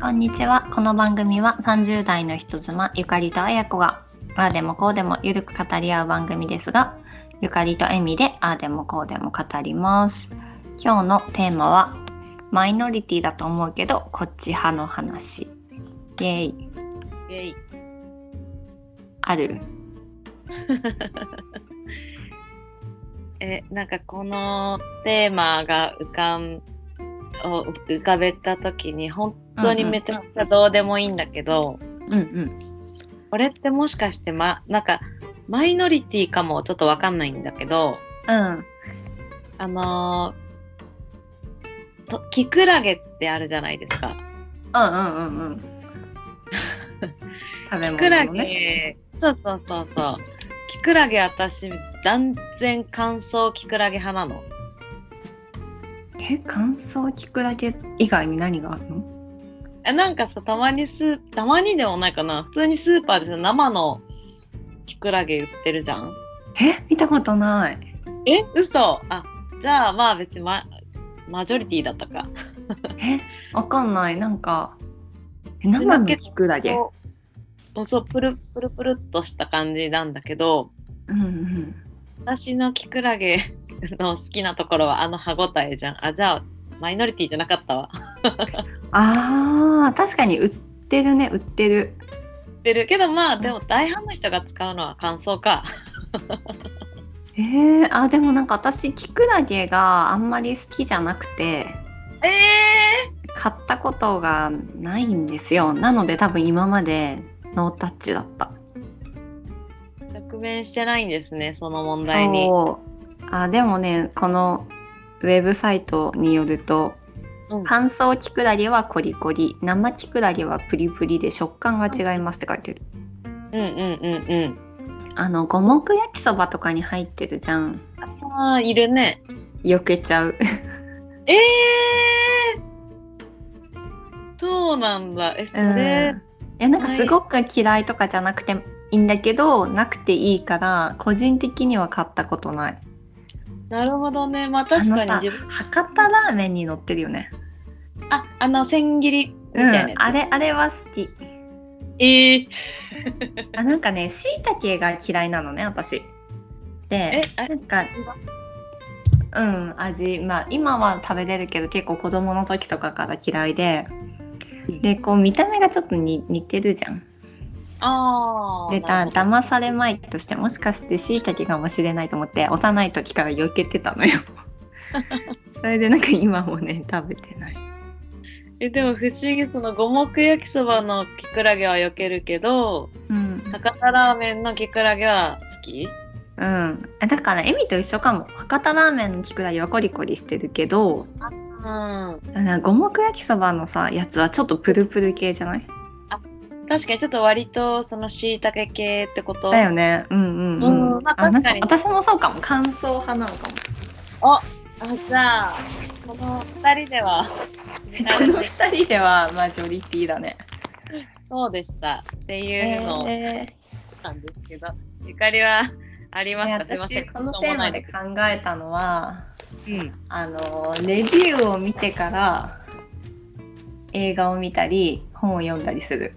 こんにちは。この番組は30代の人妻ゆかりとあやこがああでもこうでもゆるく語り合う番組ですが、ゆかりとえみでああでもこうでも語ります。今日のテーマはマイノリティだと思うけどこっち派の話。イエイ。 イエイ。 あるなんかこのテーマが浮かべた時に本当にめちゃくちゃどうでもいいんだけど、これってもしかしてなんかマイノリティかもちょっとわかんないんだけど、キクラゲってあるじゃないですか。 食べ物のね。 キクラゲ、そう。キクラゲ私断然乾燥キクラゲ派なの。 乾燥キクラゲ以外に何があるの？ なんかさ、たまにでもないかな。普通にスーパーでさ、生のキクラゲ売ってるじゃん。 見たことない。 嘘。じゃあまあ別にマジョリティだったか。 わかんない。なんか生のキクラゲ。 そう、プルっとした感じなんだけど、私のキクラゲの好きなところは歯ごたえじゃん。じゃあマイノリティじゃなかったわ。 確かに売ってるね。売ってるけどでも大半の人が使うのは乾燥か。 でもなんか私キクラゲがあんまり好きじゃなくて、買ったことがないんですよ。なので多分今までノータッチだった。 直面してないんですね、その問題に。 でもね、このウェブサイトによると、乾燥キクラゲはコリコリ、生キクラゲはプリプリで食感が違いますって書いてる。五目焼きそばとかに入ってるじゃん。 いるね。 避けちゃう。 そうなんだ。それ。 なんかすごく嫌いとかじゃなくていいんだけど、なくていいから個人的には買ったことない。 なるほどね。確かに博多ラーメンに乗ってるよね。 千切りみたいなやつ。 あれは好き。なんかね、椎茸が嫌いなのね、私。で、なんか味、今は食べれるけど結構子供の時とかから嫌いで、こう見た目がちょっと似てるじゃん。で騙されまいとしてもしかして椎茸かもしれないと思って幼い時から避けてたのよ。それでなんか今もね食べてない。 でも不思議、その五目焼きそばのキクラゲは避けるけど、博多ラーメンのキクラゲは好き？ だからエミと一緒かも。博多ラーメンのキクラゲはコリコリしてるけど、五目焼きそばのさやつはちょっとプルプル系じゃない？ 確かにちょっと割とその椎茸系ってことだよね。 確かに私もそうかも。乾燥派なのかも。 じゃあこの2人ではマジョリティだね。 そうでしたっていうのなんですけど、ゆかりはありますか？ 私このテーマで考えたのは、レビューを見てから映画を見たり本を読んだりする。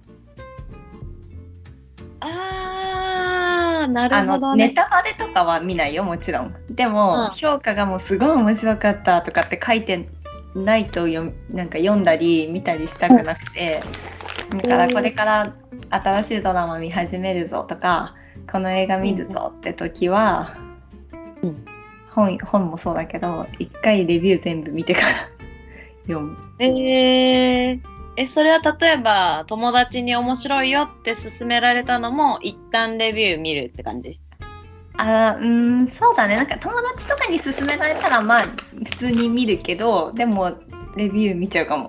なるほどね。 ネタバレとかは見ないよ、もちろん。でも、評価がもうすごい面白かったとかって書いてないとなんか読んだり見たりしたくなくて、だからこれから新しいドラマ見始めるぞとかこの映画見るぞって時は、本もそうだけど一回レビュー全部見てから読む。 それは例えば友達に面白いよって勧められたのも一旦レビュー見るって感じ？ そうだね。なんか友達とかに勧められたら普通に見るけど、でもレビュー見ちゃうかも。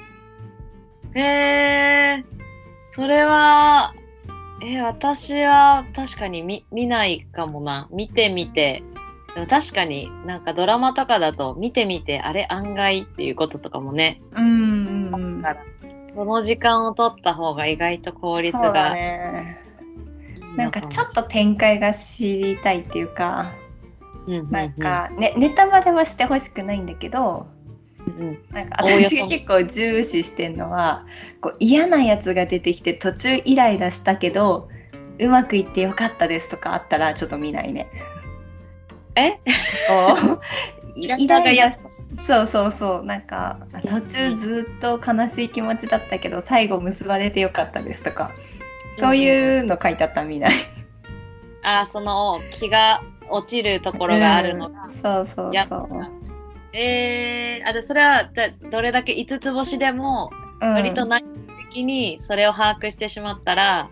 それは私は確かに見ないかもな。見てみて、でも確かになんかドラマとかだと見てみてあれ案外っていうこととかもね。だからその時間を取った方が意外と効率が。そうだね。 なんかちょっと展開が知りたいっていうか、なんか、ネタバレはしてほしくないんだけど、 うん。 なんか私が結構重視してるのはこう嫌なやつが出てきて途中イライラしたけどうまくいってよかったですとかあったらちょっと見ないね。 えこうイイラストがやっライラそうなんか途中ずっと悲しい気持ちだったけど最後結ばれてよかったですとかそういうの書いてあったら見ない。 その気が落ちるところがあるのが、 そうやっぱでそれはどれだけ5つ星でも割と内容的にそれを把握してしまったら、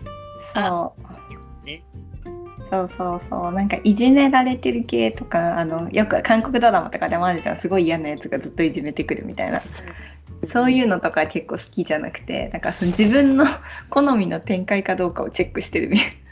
そうなんかいじめられてる系とかよく韓国ドラマとかでもあるじゃん、すごい嫌なやつがずっといじめてくるみたいな、そういうのとか結構好きじゃなくて、なんかその自分の好みの展開かどうかをチェックしてるみたいな。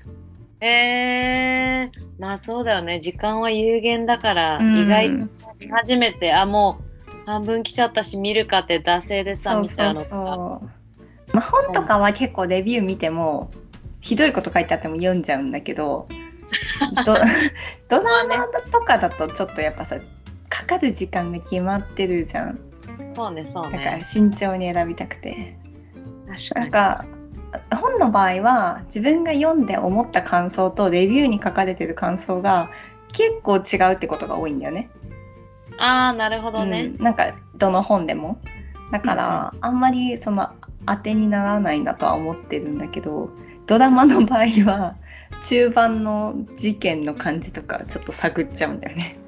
まあそうだよね、時間は有限だから、意外と見始めてもう半分来ちゃったし見るかって惰性でさ見ちゃうのか。 まあ、本とかは結構レビュー見てもひどいこと書いてあっても読んじゃうんだけどドラマとかだとちょっとやっぱさかかる時間が決まってるじゃん。 そうねだから慎重に選びたくて。 確かに。 なんか本の場合は自分が読んで思った感想とレビューに書かれてる感想が結構違うってことが多いんだよね。 なるほどね、 なんかどの本でもだから、あんまりその当てにならないなとは思ってるんだけど、ドラマの場合は中盤の事件の感じとかちょっと探っちゃうんだよね。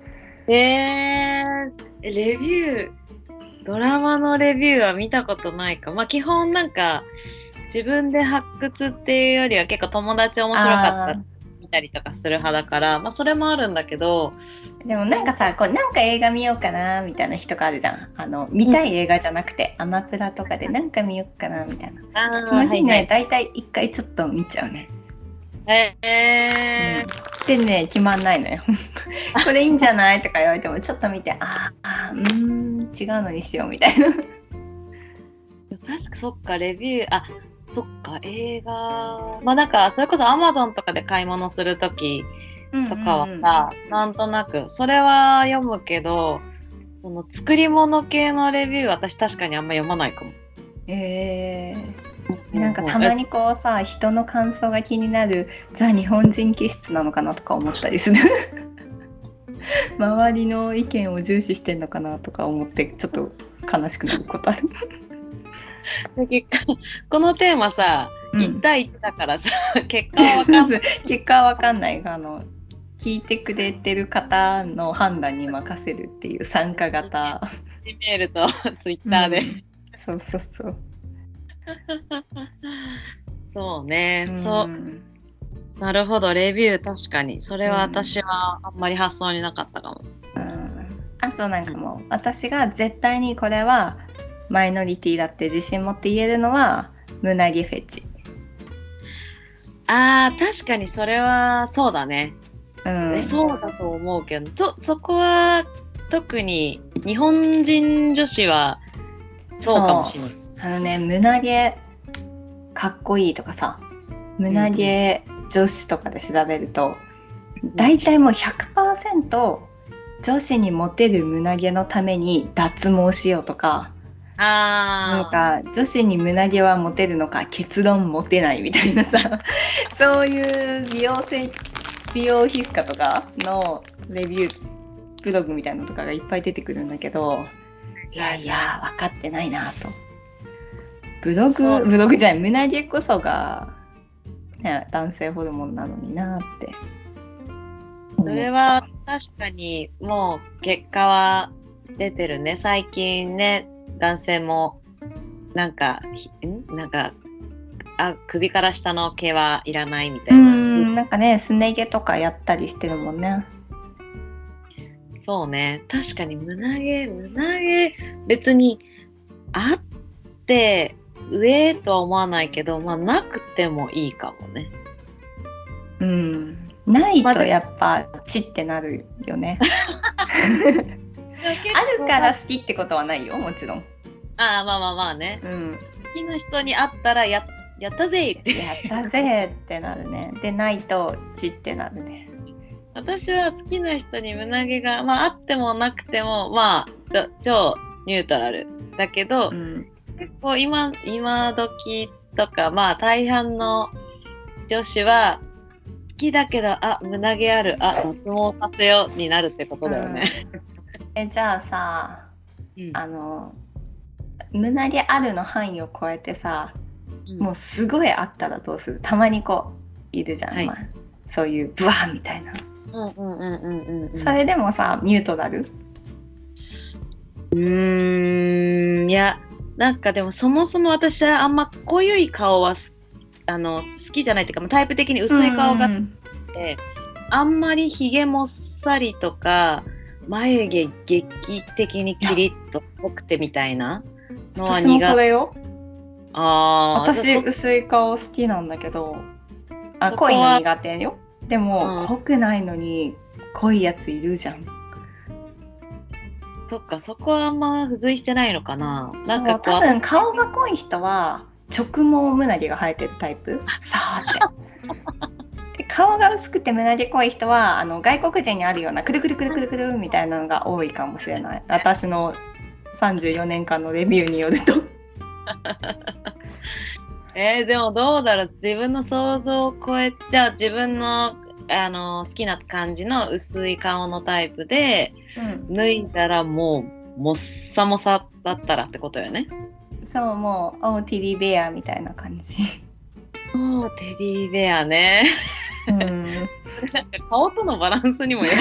レビュー、ドラマのレビューは見たことないか。まあ基本なんか自分で発掘っていうよりは結構友達面白かった見たりとかする派だから、まあそれもあるんだけど、 でもなんかさ、こうなんか映画見ようかなみたいな日とかあるじゃん。見たい映画じゃなくて、アマプラとかでなんか見ようかなみたいな。その日ね、だいたい一回ちょっと見ちゃうね。でね、決まんないのよ。これいいんじゃないとか言われてもちょっと見て、違うのにしようみたいな。 確かそっか、レビュー、そっか、映画、まあなんかそれこそ Amazon とかで買い物するときとかはさ、なんとなくそれは読むけど、その作り物系のレビュー私確かにあんま読まないかも。 なんかたまにこうさ、人の感想が気になるザ日本人気質なのかなとか思ったりする。周りの意見を重視してんのかなとか思ってちょっと悲しくなることある。 このテーマさ、1対1だからさ、結果は分かんない。 結果は分かんない。聞いてくれてる方の判断に任せるっていう参加型。 メールとツイッターで。 そう。 そうね、なるほど、レビュー確かに。それは私はあんまり発想になかったかも。 あとなんかもう、私が絶対にこれはマイノリティだって自信持って言えるのは胸毛フェチ。 確かにそれはそうだね。そうだと思うけど、そこは特に日本人女子はそうかもしれない。 胸毛かっこいいとかさ、胸毛女子とかで調べると、大体もう 100% 女子にモテる胸毛のために脱毛しようとか、なんか女子に胸毛はモテるのか結論モテないみたいなさ、そういう美容皮膚科とかのレビューブログみたいなのとかがいっぱい出てくるんだけど、いや分かってないなと。ブログじゃない、胸毛こそが、ね、男性ホルモンなのになって。 それは確かにもう結果は出てるね。最近ね、男性もなんか首から下の毛はいらないみたいな。 なんかね、すね毛とかやったりしてるもんね。 そうね、確かに胸毛別にあって上とは思わないけど、まあなくてもいいかもね。 ないとやっぱチってなるよね。あるから好きってことはないよ、もちろん。 まあね。好きな人に会ったらやったぜって。 やったぜってなるね。でないとチってなるね。 私は好きな人に胸毛があってもなくても超ニュートラルだけど、 うん、 結構今時とかまあ大半の女子は好きだけど胸毛ある脱毛させようになるってことだよね。 じゃあさ、 うん、 胸毛あるの範囲を超えてさ、 うん、 もうすごいあったらどうする？たまにこういるじゃん、 はい、 まあ、そういうブワーみたいな、それでもさニュートラル？ いやなんかでもそもそも私はあんま濃ゆい顔は好きじゃないっていうか、タイプ的に薄い顔があって、あんまりひげもっさりとか眉毛劇的にキリッと濃くてみたいなのは私もそれよ。私私薄い顔好きなんだけど、濃いの苦手よ。でも、濃くないのに濃いやついるじゃん。 そっか、そこはあんま付随してないのかな。 なんか多分顔が濃い人は直毛胸毛が生えてるタイプさーってで顔が薄くて胸毛濃い人は外国人にあるようなくるくるくるくるくるみたいなのが多いかもしれない。私の34年間のレビューによるとでもどうだろう、自分の想像を超え、じゃあ自分の好きな感じの薄い顔のタイプで、脱いだらもうもっさもさだったらってことよね。 そう、もうテディベアみたいな感じ。 テディベアね。なんか顔とのバランスにもよる。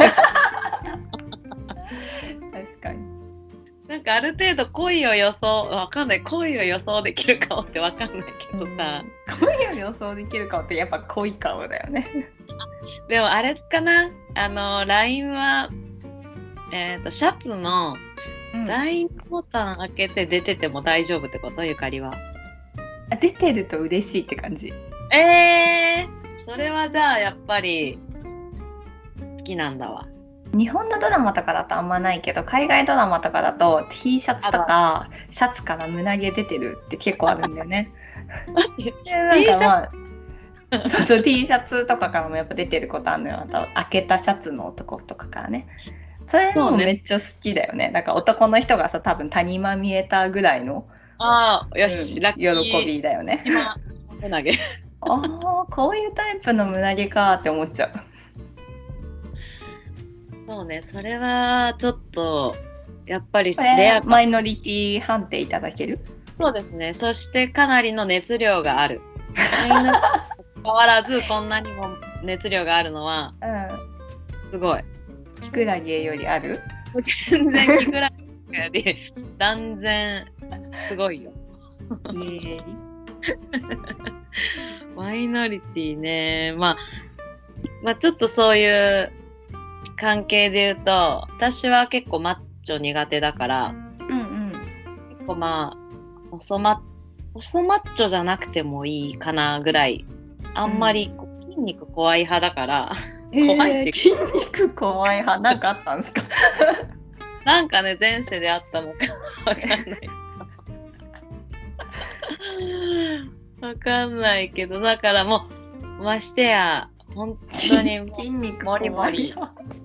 確かに。 なんかある程度恋を予想できる顔ってわかんないけどさ、 恋を予想できる顔ってやっぱ濃い顔だよね。 でもあれかな、LINE はシャツのLINE ボタン開けて出てても大丈夫ってこと？ゆかりは出てると嬉しいって感じ。 それはじゃあやっぱり好きなんだわ。 日本のドラマとかだとあんまないけど、海外ドラマとかだと T シャツとかシャツから胸毛出てるって結構あるんだよね。なんかまあそう T シャツとかからもやっぱ出てることあるのよ。あと開けたシャツの男とかからね。それもめっちゃ好きだよね。だから男の人がさ、多分谷間見えたぐらいのよし、ラッキー喜びだよね。 胸毛こういうタイプの胸毛かって思っちゃう。 そうね、それはちょっとやっぱりマイノリティ判定いただける？ そうですね。そしてかなりの熱量がある。変わらずこんなにも熱量があるのは、すごい。 キクラゲよりある？ 全然キクラゲより断然すごいよ。マイノリティね、まあちょっとそういう関係で言うと、私は結構マッチョ苦手だから、結構まあ細マッチョじゃなくてもいいかなぐらい、あんまり筋肉怖い派だから、 怖いって筋肉怖い派なんかあったんですか？ なんかね、前世であったのかわかんない。わかんないけど、だからもうましてや本当に筋肉もりもり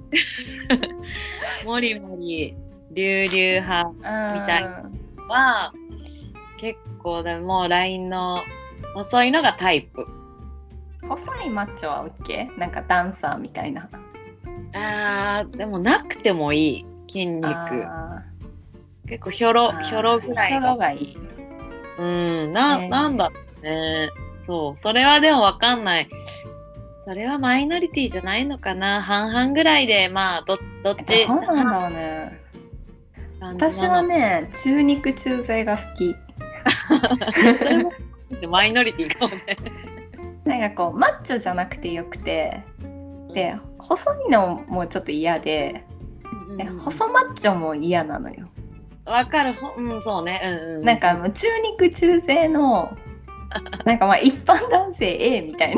もりもり流々派みたいなのは結構でも LINE の細いのがタイプ。 細いマッチョは OK？ なんかダンサーみたいな。 でもなくてもいい筋肉。結構ひょろぐらい。 ひょろがいい。 なんだろうね。そう、それはでもわかんない。それはマイノリティじゃないのかな。半々ぐらいで、まあどっち。 そうなんだろうね。私はね、中肉中背が好き。 それもマイノリティかもね。 なんかこうマッチョじゃなくてよくて、で細いのもちょっと嫌で、細マッチョも嫌なのよ。 わかる、そうね、 なんか中肉中背のなんかまあ一般男性 A みたいな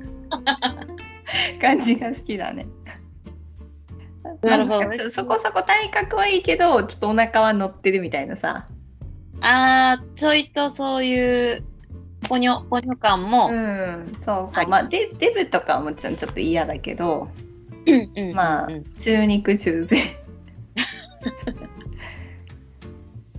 感じが好きだね。 なるほど、ね、 そこそこ体格はいいけどちょっとお腹は乗ってるみたいなさ。 ちょいとそういうポニョ感も、 そうそう、まあデブとかはもちろんちょっと嫌だけど、まあ中肉中背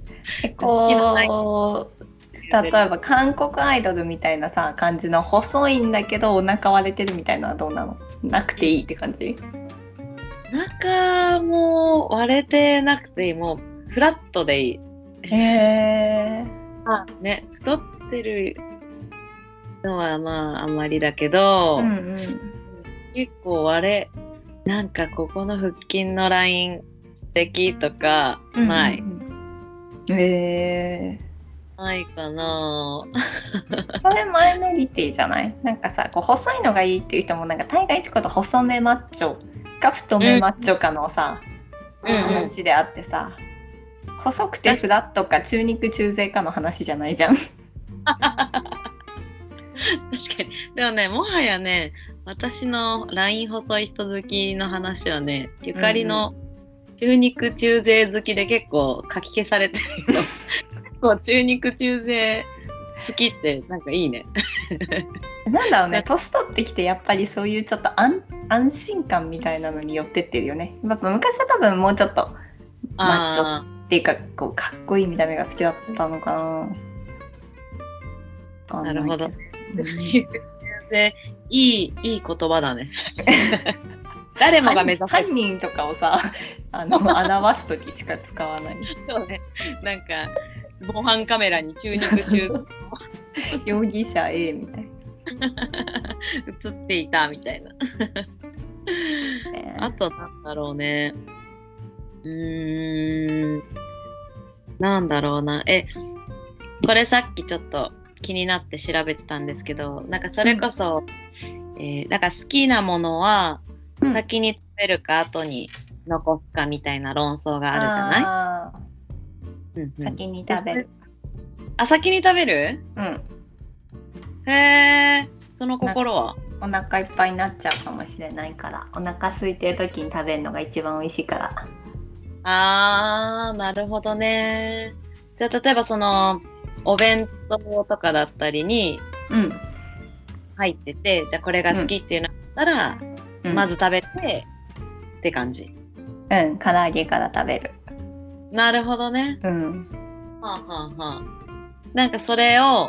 好きなタイプこう例えば韓国アイドルみたいなさ感じの細いんだけどお腹割れてるみたいなのはどうなの？なくていいって感じ？ 中も割れてなくていい、もうフラットでいい。 へえ。 ね、太ってるのはまああんまりだけど、 うんうん。 結構なんかここの腹筋のライン素敵とかない。 へえ。 ないかな。 それマイノリティじゃない？なんかさこう細いのがいいっていう人もなんか大概一こと細めマッチョか太めマッチョかのさ、話であってさ、細くてフラットか中肉中背かの話じゃないじゃん。 確かに。でもね、もはやね、私のライン細い人好きの話はね、ゆかりの中肉中背好きで結構かき消されてるよ。結構中肉中背好きってなんかいいね。 なんだろうね、年取ってきてやっぱりそういうちょっと安心感みたいなのに寄ってってるよね。やっぱ昔は多分もうちょっとマッチョっていうかこうかっこいい見た目が好きだったのかな。 なるほど。いい言葉だね。誰もが目指す。 犯人とかをさ表すときしか使わない。 そうね。なんか防犯カメラに中肉中背容疑者 A みたいな映っていたみたいな。あとなんだろうね。なんだろうな。これさっきちょっと気になって調べてたんですけど、なんかそれこそ、なんか好きなものは先に食べるか後に残すかみたいな論争があるじゃない？ 先に食べる。 先に食べる？へー、その心は？ お腹いっぱいになっちゃうかもしれないから、お腹空いてる時に食べるのが一番美味しいから。 なるほどね。じゃあ例えばそのお弁当とかだったりに入ってて、じゃあこれが好きっていうのだったら、まず食べてって感じ。 唐揚げから食べる。 なるほどね。なんかそれを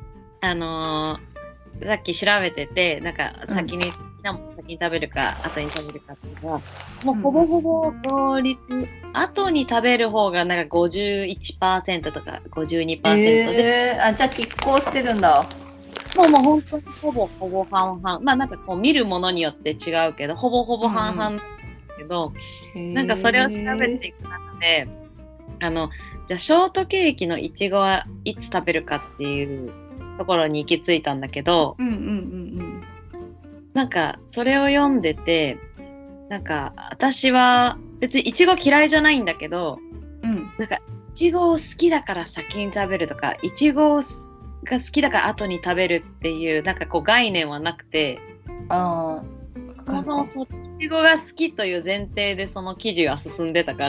さっき調べてて、なんか先に食べるか後に食べるかっていうのはもうほぼほぼ同率、後に食べる方がなんか 51% とか 52% で、 じゃあ拮抗してるんだ。 もう本当にほぼ半々。まあなんかこう見るものによって違うけど、ほぼ半々だけど、なんかそれを調べていく中で、じゃあショートケーキのいちごはいつ食べるかっていうところに行き着いたんだけど、なんかそれを読んでて、なんか私は別にいちご嫌いじゃないんだけど、なんかいちごを好きだから先に食べるとか、いちごが好きだから後に食べるっていうなんかこう概念はなくて、そもそもいちごが好きという前提でその記事は進んでたから、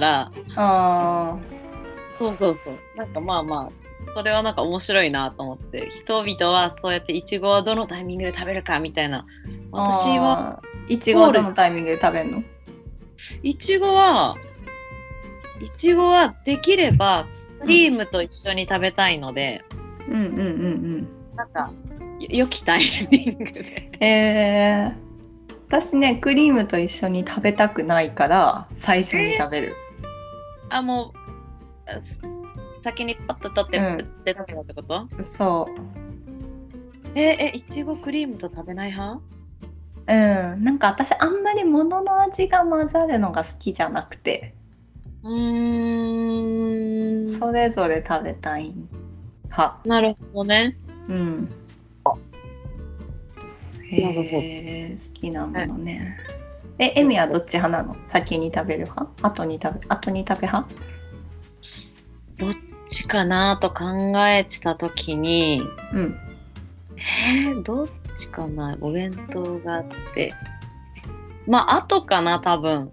そうなんかまあそれはなんか面白いなと思って、人々はそうやっていちごはどのタイミングで食べるかみたいな。私はいちごはどのタイミングで食べるの？ いちごはできればクリームと一緒に食べたいので、なんか良きタイミングで。 私ねクリームと一緒に食べたくないから最初に食べる。 もう先にパッと取ってプッて食べるってこと？ そう。 いちごクリームと食べない派？ なんか私あんまり物の味が混ざるのが好きじゃなくて、それぞれ食べたい派。 なるほどね。 好きなものね。エミはどっち派なの？先に食べる派？後に食べ派？ どっちかなと考えてたときに、どっちかな？お弁当があって、後かな多分。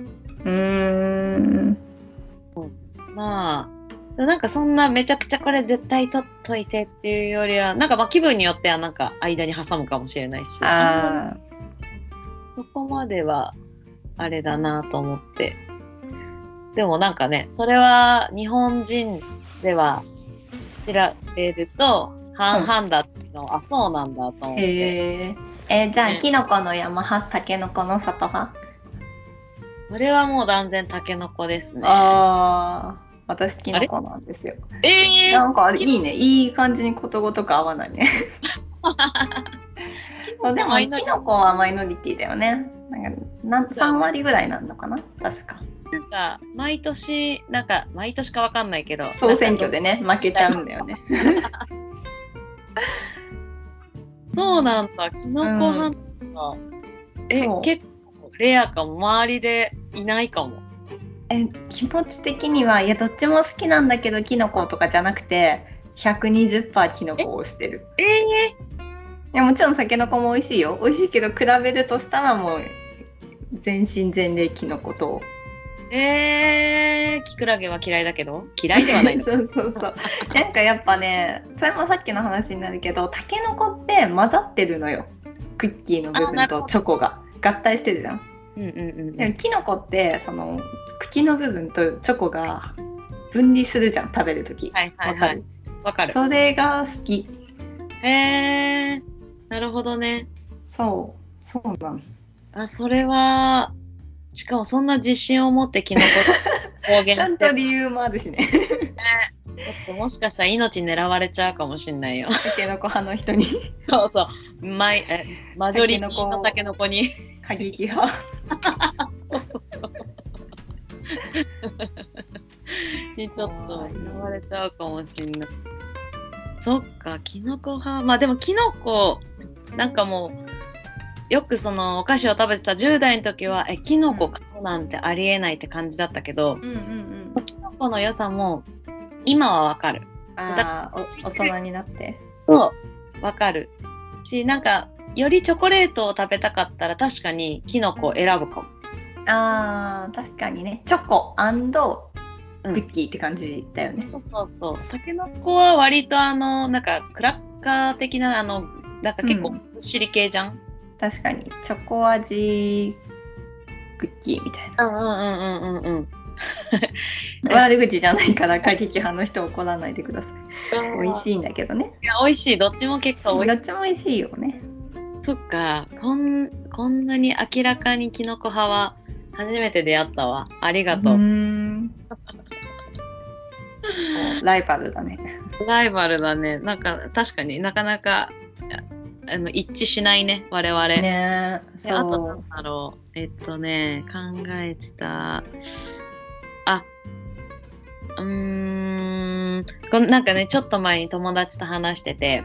なんかそんなめちゃくちゃこれ絶対取っといてっていうよりは、なんか気分によってはなんか間に挟むかもしれないし、そこまではあれだなと思って。でもなんかね、それは日本人では調べると半々だっての、あ、そうなんだと思って。 じゃあキノコの山派、タケノコの里派？ それはもう断然タケノコですね。 私キノコなんですよ。 なんかいいね、いい感じにことごとく合わないね。でもキノコはマイノリティだよね。3割ぐらいなのかな、確か。 なんか毎年かわかんないけど、 総選挙でね負けちゃうんだよね。 そうなんだ、キノコ派なんだ。結構レアかも、周りでいないかも。 気持ち的には、いやどっちも好きなんだけどキノコとかじゃなくて 120% キノコをしてる。いやもちろんタケノコも美味しいよ、美味しいけど比べるとしたらもう全身全霊キノコと。キクラゲは嫌いだけど、嫌いではないの。 そうなんかやっぱね、それもさっきの話になるけど、タケノコって混ざってるのよ。クッキーの部分とチョコが合体してるじゃん。でもキノコってその茎の部分とチョコが分離するじゃん、食べるとき。 わかる。 それが好き。 なるほどね。 そうなん。 それは、しかもそんな自信を持ってキノコ公言ちゃんと理由もあるしね。 だってもしかしたら命狙われちゃうかもしんないよ。 タケノコ派の人に。 マジョリティのタケノコに。 過激派。 にちょっと狙われちゃうかもしんない。そっか、キノコ派。まあでもキノコ、なんかもう、よくそのお菓子を食べてた10代の時は、キノコ買うなんてありえないって感じだったけど、キノコの良さも今はわかる。 大人になって。 わかる。し、なんか、よりチョコレートを食べたかったら確かにキノコを選ぶかも。 確かにね。チョコクッキーって感じだよね。 タケノコは割となんかクラッカー的ななんか結構ずっしり系じゃん。 確かにチョコ味クッキーみたいな。悪口じゃないから過激派の人怒らないでください。美味しいんだけどね。 いや美味しい、どっちも結構美味しい。 どっちも美味しいよね。 そっか、こんなに明らかにキノコ派は初めて出会ったわ。ありがとう。 ライバルだね。 なんか確かになかなか一致しないね、我々。 ね、そう。 あとなんだろう。考えてた。なんかね、ちょっと前に友達と話してて、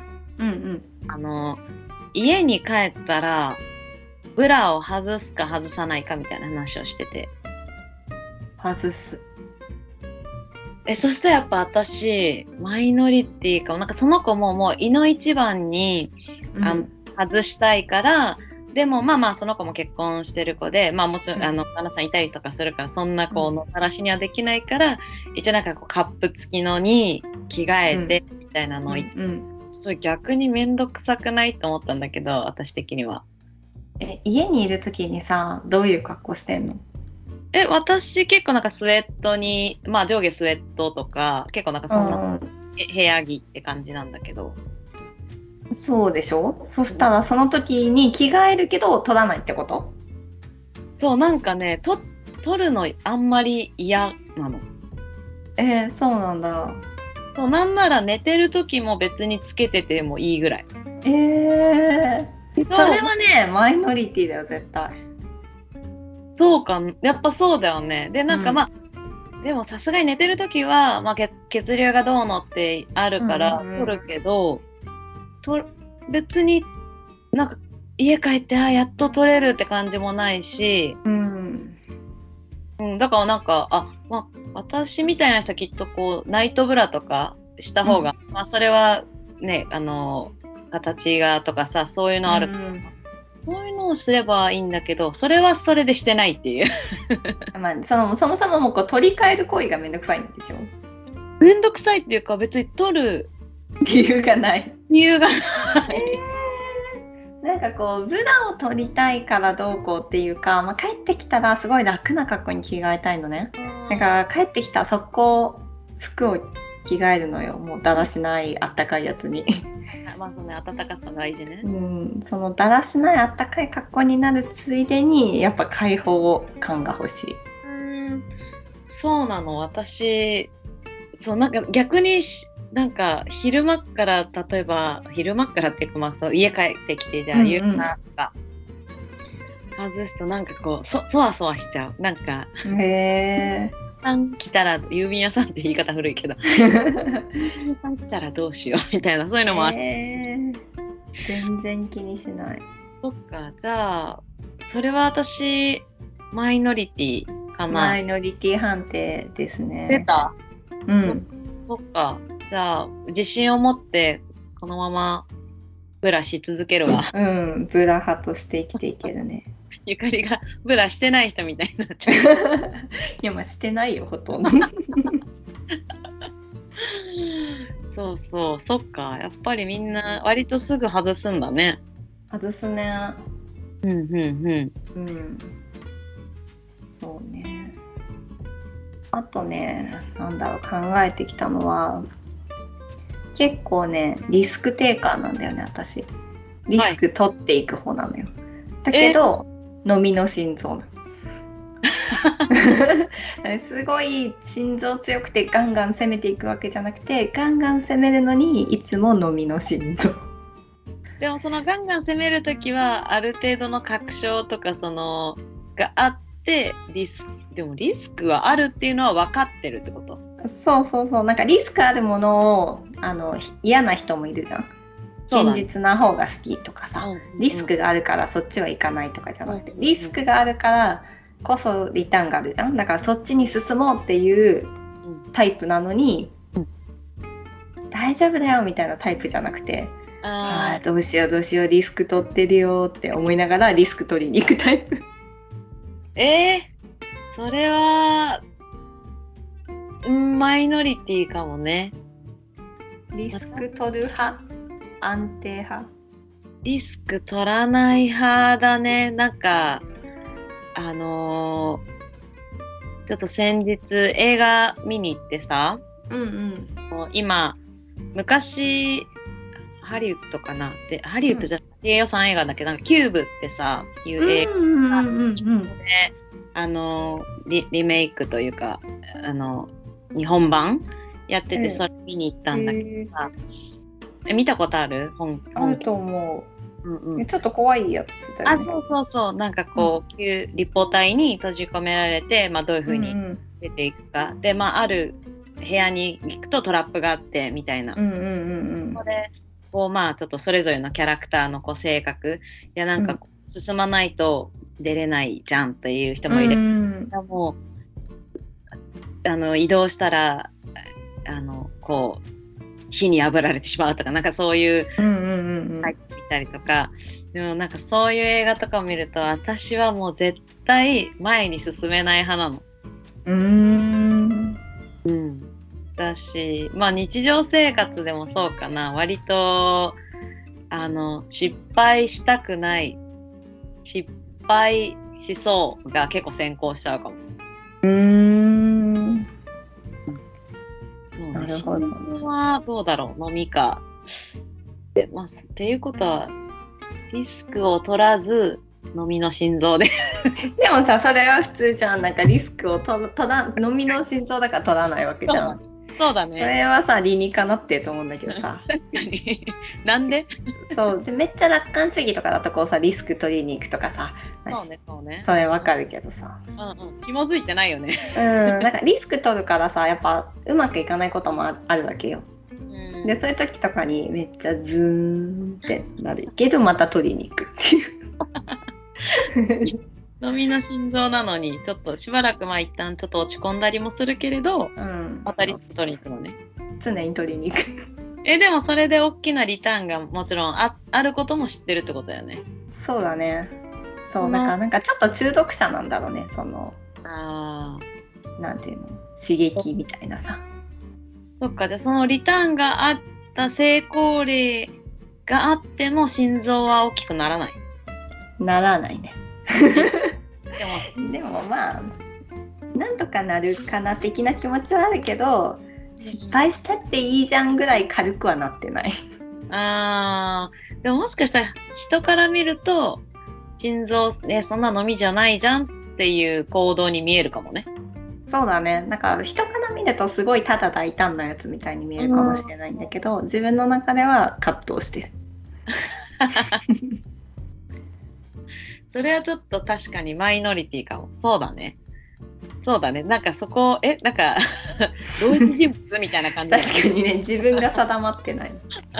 家に帰ったらブラを外すか外さないかみたいな話をしてて。 外す。 そしたらやっぱ私マイノリティかも。なんかその子ももういの一番に、外したいから、でもまあその子も結婚してる子で、まあもちろん旦那さんいたりとかするから、そんなこうのたらしにはできないから、一応なんかこうカップ付きのに着替えてみたいなのを言って、ちょっと逆にめんどくさくないと思ったんだけど、私的には。 家にいる時にさ、どういう格好してんの？ 私結構なんかスウェットに、まあ上下スウェットとか、結構なんかそんな部屋着って感じなんだけど。 そうでしょ？そしたらその時に着替えるけど取らないってこと？ そう、なんかね、取るのあんまり嫌なの。 そうなんだ。 そう、なんなら寝てる時も別につけててもいいぐらい。 それはね、マイノリティだよ、絶対。 そうか、やっぱそうだよね。で、なんかまあ、でもさすがに寝てる時は、まあ、血流がどうのってあるから取るけど、別になんか家帰ってやっと取れるって感じもないし、だからなんかまあ、私みたいな人はきっとこうナイトブラとかした方が、まあそれはね、形がとかさ、そういうのある、そういうのをすればいいんだけど、それはそれでしてないっていうまあそもそもこう取り替える行為がめんどくさいんでしょ？ めんどくさいっていうか、別に取る理由がない。なんかこうブラを取りたいからどうこうっていうか、まあ、帰ってきたらすごい楽な格好に着替えたいのね。だから帰ってきたら速攻服を着替えるのよ。もうだらしないあったかいやつに。 まあそのね、暖かさが大事ね。 そのだらしないあったかい格好になるついでにやっぱ開放感が欲しい。 そうなの。私、そうなんか逆になんか昼間から例えば昼間からっていうか、まあそう家帰ってきてじゃあ夕方とか外すとなんかこうそわそわしちゃう。なんかへー。 来たら郵便屋さんって言い方古いけど郵便さん来たらどうしようみたいなそういうのもあって、 全然気にしない。 そっか、じゃあそれは私マイノリティかな。 マイノリティ判定ですね。 出た。そっか、じゃあ自信を持ってこのままブラし続けるわ。 ブラ派として生きていけるね。 ゆかりがブラしてない人みたいになっちゃう。 いや、まあしてないよ、ほとんど。 そうそう、そっか。やっぱりみんな割とすぐ外すんだね。 外すね。そうね。あとね、なんだろう、考えてきたのは、結構ね、リスクテイカーなんだよね、私。リスク取っていく方なのよ。だけど、飲みの心臓なの。すごい心臓強くてガンガン攻めていくわけじゃなくて、ガンガン攻めるのにいつも飲みの心臓。 でもそのガンガン攻めるときはある程度の確証とかそのがあってでもリスクはあるっていうのは分かってるってこと？ そうなんかリスクあるものを嫌な人もいるじゃん。現実な方が好きとかさ、リスクがあるからそっちは行かないとかじゃなくて、リスクがあるからこそリターンがあるじゃん。だからそっちに進もうっていうタイプなのに、大丈夫だよみたいなタイプじゃなくて、どうしようリスク取ってるよって思いながらリスク取りに行くタイプ。 それはマイノリティかもね。 リスク取る派、安定派。 リスク取らない派だね。なんかちょっと先日映画見に行ってさ、今昔ハリウッドかなで、ハリウッドじゃなくて予算映画だけど、なんかキューブってさいう映画でリメイクというか日本版やってて、それ見に行ったんだけどさ、見たことある？ あると思う。ちょっと怖いやつだよね。 そうなんかこう、立方体に閉じ込められて、まあ、どういう風に出ていくか、で、まあ、ある部屋に行くとトラップがあってみたいな、そこでこう、まあ、ちょっとそれぞれのキャラクターのこう性格やなんか進まないと出れないじゃんっていう人もいる。もう移動したらこう火に炙られてしまうとか、なんかそういう入ってみたりとか、でもなんかそういう映画とかを見ると私はもう絶対前に進めない派なの。だし、まあ日常生活でもそうかな。割と失敗したくない、失敗しそうが結構先行しちゃうかも。なるほど。心臓はどうだろう、飲みか。で、まあ、っていうことは、リスクを取らず、飲みの心臓で。 でもさ、それは普通じゃん。なんかリスクを飲みの心臓だから取らないわけじゃん。 そうだね。 それはさ、理にかなってと思うんだけどさ。 確かに。なんで？ そうで、めっちゃ楽観主義とかだとこうさ、リスク取りに行くとかさ。 そうね。 それわかるけどさ。 紐づいてないよね。 なんかリスク取るからさ、やっぱうまくいかないこともあるわけよ。で、そういう時とかにめっちゃズーンってなるけど、また取りに行くっていう。 飲みの心臓なのにちょっとしばらく一旦ちょっと落ち込んだりもするけれど、またリスク取りに行くのね。 常に取りに行く。 でもそれで大きなリターンがもちろんあることも知ってるってことだよね。 そうだね。そう、なんかちょっと中毒者なんだろうね、そのなんていうの、刺激みたいなさ。 そっか、でそのリターンがあった成功例があっても心臓は大きくならない。 ならないね。でもまあなんとかなるかな的な気持ちはあるけど、 失敗したっていいじゃんぐらい軽くはなってない。 でももしかしたら人から見ると心臓そんな飲みじゃないじゃんっていう行動に見えるかもね。 そうだね。なんか人から見るとすごいただ大胆なやつみたいに見えるかもしれないんだけど、自分の中では葛藤してる。 それはちょっと確かにマイノリティかも。そうだね。そうだね。なんかそこ、なんか、同一人物みたいな感じ。 確かにね、自分が定まってない。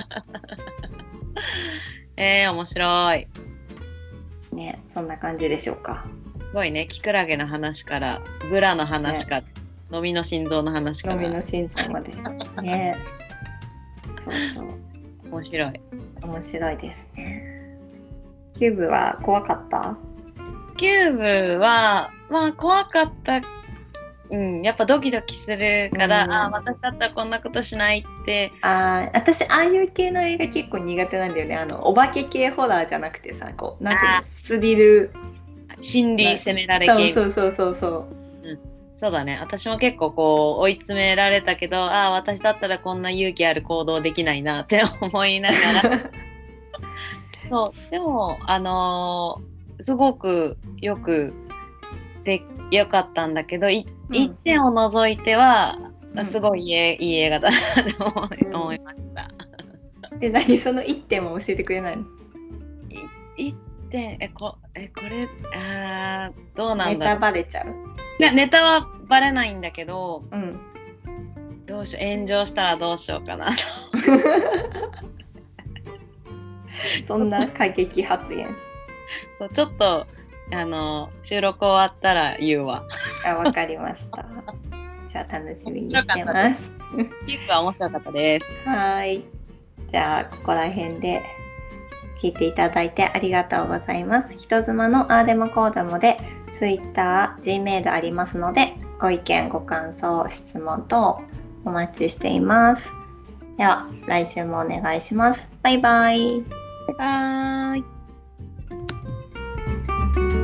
面白い。 ね、そんな感じでしょうか。 すごいね、キクラゲの話から、ブラの話から、飲みの心臓の話から。 飲みの心臓まで。ね。そうそう。 面白い。 面白いですね。キューブは怖かった？ キューブは、まあ怖かった。やっぱドキドキするから、私だったらこんなことしないって。 私、ああいう系の映画結構苦手なんだよね。お化け系ホラーじゃなくてさ、こう、なんていうの、スリル。 心理責められ系。 そう。 そうだね。私も結構こう、追い詰められたけど、私だったらこんな勇気ある行動できないなって思いながら。そう。でも、すごくよかったんだけど、一点を除いては、すごいいい映画だなと思いました。 何その一点を教えてくれないの？ 一点、これ、どうなんだろう。 ネタバレちゃう？ ネタはバレないんだけど、 どうしよう、炎上したらどうしようかなと。 そんな過激発言。 そう、ちょっと収録終わったら言うわ。 わかりました。じゃあ楽しみにしてます。 キックは面白かったです。 はい。じゃあここら辺で聞いていただいてありがとうございます。人妻のあーでもこーでもで Twitter、Gmail ありますので、ご意見、ご感想、質問等お待ちしています。では来週もお願いします。バイバイ。 バイバーイ。